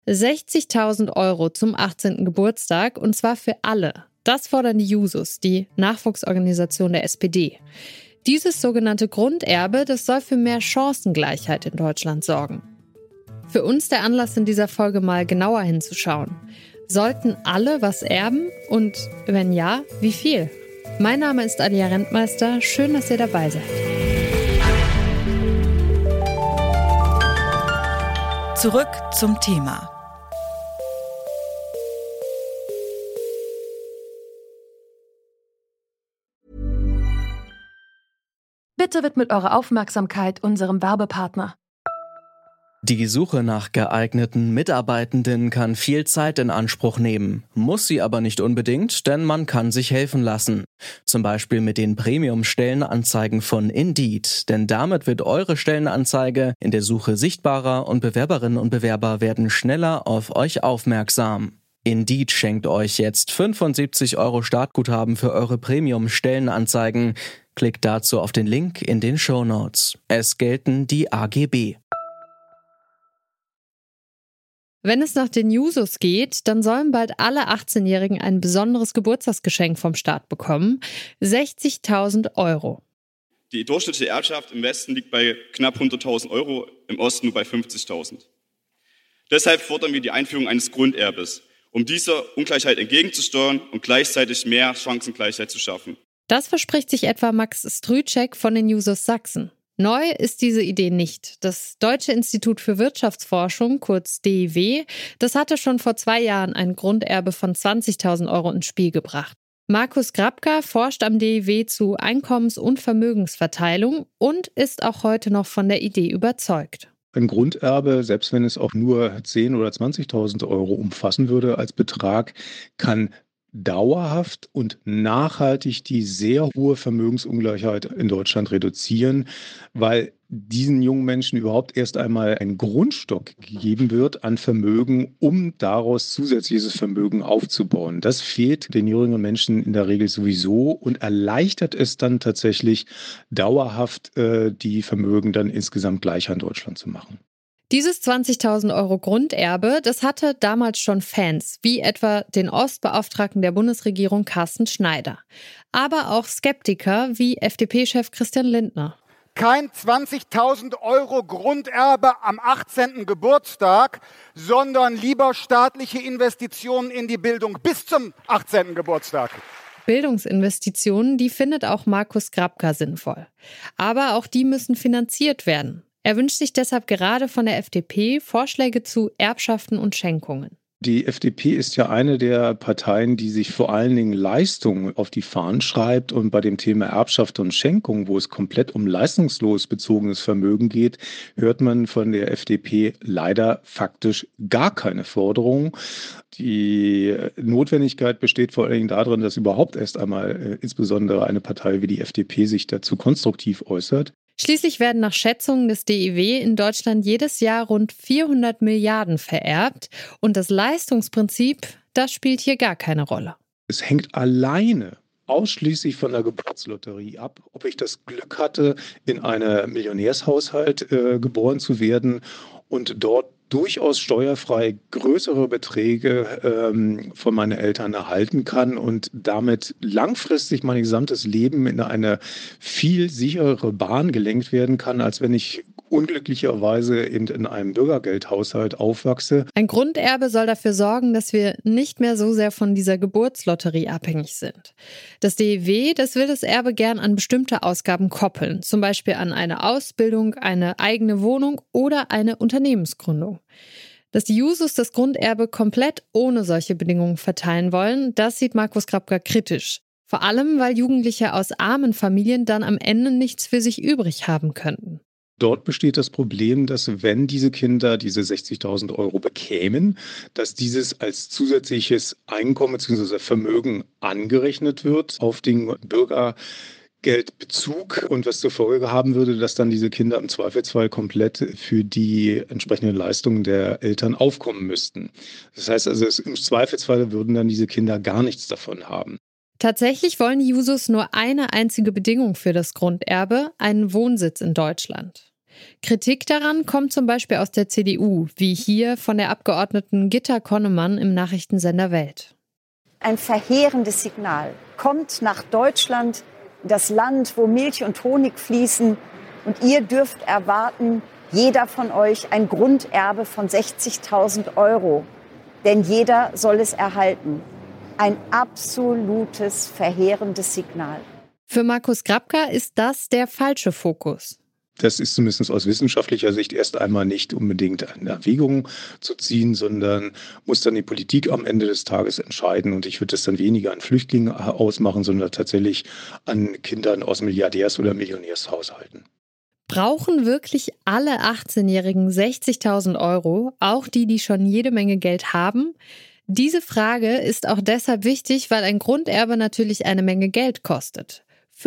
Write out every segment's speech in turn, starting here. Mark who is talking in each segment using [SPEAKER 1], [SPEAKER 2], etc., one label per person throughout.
[SPEAKER 1] 60.000 € zum 18. Geburtstag und zwar für alle. Das fordern die Jusos, die Nachwuchsorganisation der SPD. Dieses sogenannte Grunderbe, das soll für mehr Chancengleichheit in Deutschland sorgen. Für uns der Anlass, in dieser Folge mal genauer hinzuschauen. Sollten alle was erben? Und wenn ja, wie viel? Mein Name ist Alia Rentmeister. Schön, dass ihr dabei seid.
[SPEAKER 2] Zurück zum Thema.
[SPEAKER 3] Bitte widmet eure Aufmerksamkeit unserem Werbepartner.
[SPEAKER 4] Die Suche nach geeigneten Mitarbeitenden kann viel Zeit in Anspruch nehmen, muss sie aber nicht unbedingt, denn man kann sich helfen lassen. Zum Beispiel mit den Premium-Stellenanzeigen von Indeed, denn damit wird eure Stellenanzeige in der Suche sichtbarer und Bewerberinnen und Bewerber werden schneller auf euch aufmerksam. Indeed schenkt euch jetzt 75 € Startguthaben für eure Premium-Stellenanzeigen. Klickt dazu auf den Link in den Shownotes. Es gelten die AGB.
[SPEAKER 1] Wenn es nach den Jusos geht, dann sollen bald alle 18-Jährigen ein besonderes Geburtstagsgeschenk vom Staat bekommen. 60.000 €.
[SPEAKER 5] Die durchschnittliche Erbschaft im Westen liegt bei knapp 100.000 €, im Osten nur bei 50.000. Deshalb fordern wir die Einführung eines Grunderbes, um dieser Ungleichheit entgegenzusteuern und gleichzeitig mehr Chancengleichheit zu schaffen.
[SPEAKER 1] Das verspricht sich etwa Max Strüczek von den Jusos Sachsen. Neu ist diese Idee nicht. Das Deutsche Institut für Wirtschaftsforschung, kurz DIW, das hatte schon vor 2 Jahren ein Grunderbe von 20.000 € ins Spiel gebracht. Markus Grabka forscht am DIW zu Einkommens- und Vermögensverteilung und ist auch heute noch von der Idee überzeugt.
[SPEAKER 6] Ein Grunderbe, selbst wenn es auch nur 10.000 oder 20.000 € umfassen würde als Betrag, kann dauerhaft und nachhaltig die sehr hohe Vermögensungleichheit in Deutschland reduzieren, weil diesen jungen Menschen überhaupt erst einmal ein Grundstock gegeben wird an Vermögen, um daraus zusätzliches Vermögen aufzubauen. Das fehlt den jüngeren Menschen in der Regel sowieso und erleichtert es dann tatsächlich dauerhaft, die Vermögen dann insgesamt gleicher in Deutschland zu machen.
[SPEAKER 1] Dieses 20.000 € Grunderbe, das hatte damals schon Fans, wie etwa den Ostbeauftragten der Bundesregierung Carsten Schneider. Aber auch Skeptiker wie FDP-Chef Christian Lindner.
[SPEAKER 7] Kein 20.000 € Grunderbe am 18. Geburtstag, sondern lieber staatliche Investitionen in die Bildung bis zum 18. Geburtstag.
[SPEAKER 1] Bildungsinvestitionen, die findet auch Markus Grabka sinnvoll. Aber auch die müssen finanziert werden. Er wünscht sich deshalb gerade von der FDP Vorschläge zu Erbschaften und Schenkungen.
[SPEAKER 6] Die FDP ist ja eine der Parteien, die sich vor allen Dingen Leistungen auf die Fahnen schreibt. Und bei dem Thema Erbschaft und Schenkung, wo es komplett um leistungslos bezogenes Vermögen geht, hört man von der FDP leider faktisch gar keine Forderungen. Die Notwendigkeit besteht vor allen Dingen darin, dass überhaupt erst einmal insbesondere eine Partei wie die FDP sich dazu konstruktiv äußert.
[SPEAKER 1] Schließlich werden nach Schätzungen des DIW in Deutschland jedes Jahr rund 400 Milliarden vererbt. Und das Leistungsprinzip, das spielt hier gar keine Rolle.
[SPEAKER 6] Es hängt alleine ausschließlich von der Geburtslotterie ab, ob ich das Glück hatte, in einem Millionärshaushalt geboren zu werden und dort durchaus steuerfrei größere Beträge von meinen Eltern erhalten kann und damit langfristig mein gesamtes Leben in eine viel sicherere Bahn gelenkt werden kann, als wenn ich unglücklicherweise eben in einem Bürgergeldhaushalt aufwachse.
[SPEAKER 1] Ein Grunderbe soll dafür sorgen, dass wir nicht mehr so sehr von dieser Geburtslotterie abhängig sind. Das DIW, das will das Erbe gern an bestimmte Ausgaben koppeln, zum Beispiel an eine Ausbildung, eine eigene Wohnung oder eine Unternehmensgründung. Dass die Jusos das Grunderbe komplett ohne solche Bedingungen verteilen wollen, das sieht Markus Grabka kritisch. Vor allem, weil Jugendliche aus armen Familien dann am Ende nichts für sich übrig haben könnten.
[SPEAKER 6] Dort besteht das Problem, dass wenn diese Kinder diese 60.000 € bekämen, dass dieses als zusätzliches Einkommen bzw. Vermögen angerechnet wird auf den Bürgergeldbezug und was zur Folge haben würde, dass dann diese Kinder im Zweifelsfall komplett für die entsprechenden Leistungen der Eltern aufkommen müssten. Das heißt also, im Zweifelsfall würden dann diese Kinder gar nichts davon haben.
[SPEAKER 1] Tatsächlich wollen die Jusos nur eine einzige Bedingung für das Grunderbe, einen Wohnsitz in Deutschland. Kritik daran kommt zum Beispiel aus der CDU, wie hier von der Abgeordneten Gitta Konnemann im Nachrichtensender Welt.
[SPEAKER 8] Ein verheerendes Signal kommt nach Deutschland, das Land, wo Milch und Honig fließen. Und ihr dürft erwarten, jeder von euch ein Grunderbe von 60.000 €. Denn jeder soll es erhalten. Ein absolutes verheerendes Signal.
[SPEAKER 1] Für Markus Grabka ist das der falsche Fokus.
[SPEAKER 6] Das ist zumindest aus wissenschaftlicher Sicht erst einmal nicht unbedingt in Erwägung zu ziehen, sondern muss dann die Politik am Ende des Tages entscheiden. Und ich würde das dann weniger an Flüchtlingen ausmachen, sondern tatsächlich an Kindern aus Milliardärs- oder Millionärshaushalten.
[SPEAKER 1] Brauchen wirklich alle 18-Jährigen 60.000 €, auch die, die schon jede Menge Geld haben? Diese Frage ist auch deshalb wichtig, weil ein Grunderbe natürlich eine Menge Geld kostet.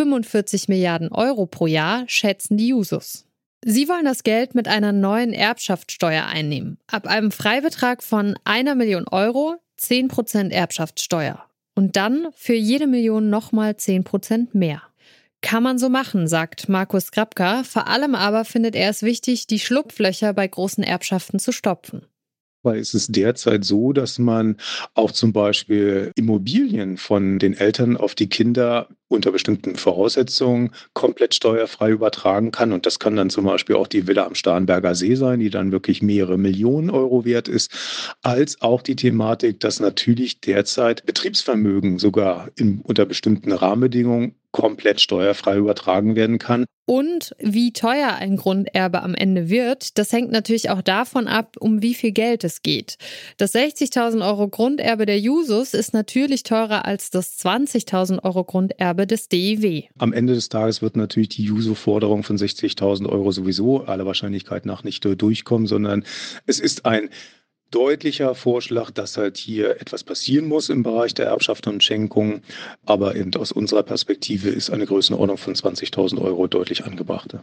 [SPEAKER 1] 45 Milliarden € pro Jahr schätzen die Jusos. Sie wollen das Geld mit einer neuen Erbschaftssteuer einnehmen. Ab einem Freibetrag von 1 Million € 10% Erbschaftssteuer. Und dann für jede Million nochmal 10% mehr. Kann man so machen, sagt Markus Grabka. Vor allem aber findet er es wichtig, die Schlupflöcher bei großen Erbschaften zu stopfen.
[SPEAKER 6] Weil es ist derzeit so, dass man auch zum Beispiel Immobilien von den Eltern auf die Kinder unter bestimmten Voraussetzungen komplett steuerfrei übertragen kann. Und das kann dann zum Beispiel auch die Villa am Starnberger See sein, die dann wirklich mehrere Millionen € wert ist, als auch die Thematik, dass natürlich derzeit Betriebsvermögen sogar unter bestimmten Rahmenbedingungen komplett steuerfrei übertragen werden kann.
[SPEAKER 1] Und wie teuer ein Grunderbe am Ende wird, das hängt natürlich auch davon ab, um wie viel Geld es geht. Das 60.000 € Grunderbe der Jusos ist natürlich teurer als das 20.000 € Grunderbe des DIW.
[SPEAKER 6] Am Ende des Tages wird natürlich die Juso-Forderung von 60.000 € sowieso aller Wahrscheinlichkeit nach nicht durchkommen, sondern es ist ein deutlicher Vorschlag, dass halt hier etwas passieren muss im Bereich der Erbschaft und Schenkung. Aber eben aus unserer Perspektive ist eine Größenordnung von 20.000 € deutlich angebrachter.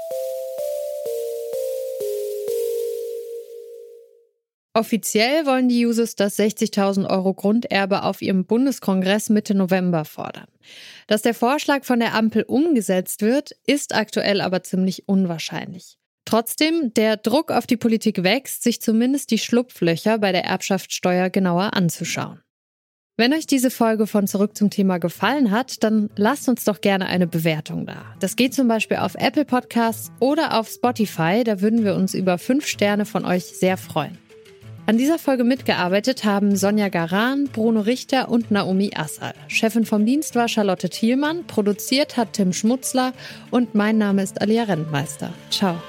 [SPEAKER 1] Offiziell wollen die Jusos das 60.000 € Grunderbe auf ihrem Bundeskongress Mitte November fordern. Dass der Vorschlag von der Ampel umgesetzt wird, ist aktuell aber ziemlich unwahrscheinlich. Trotzdem, der Druck auf die Politik wächst, sich zumindest die Schlupflöcher bei der Erbschaftssteuer genauer anzuschauen. Wenn euch diese Folge von Zurück zum Thema gefallen hat, dann lasst uns doch gerne eine Bewertung da. Das geht zum Beispiel auf Apple Podcasts oder auf Spotify, da würden wir uns über 5 Sterne von euch sehr freuen. An dieser Folge mitgearbeitet haben Sonja Garan, Bruno Richter und Naomi Assal. Chefin vom Dienst war Charlotte Thielmann, produziert hat Tim Schmutzler und mein Name ist Alia Rentmeister. Ciao.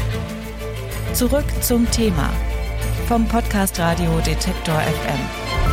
[SPEAKER 2] Zurück zum Thema vom Podcast Radio Detektor FM.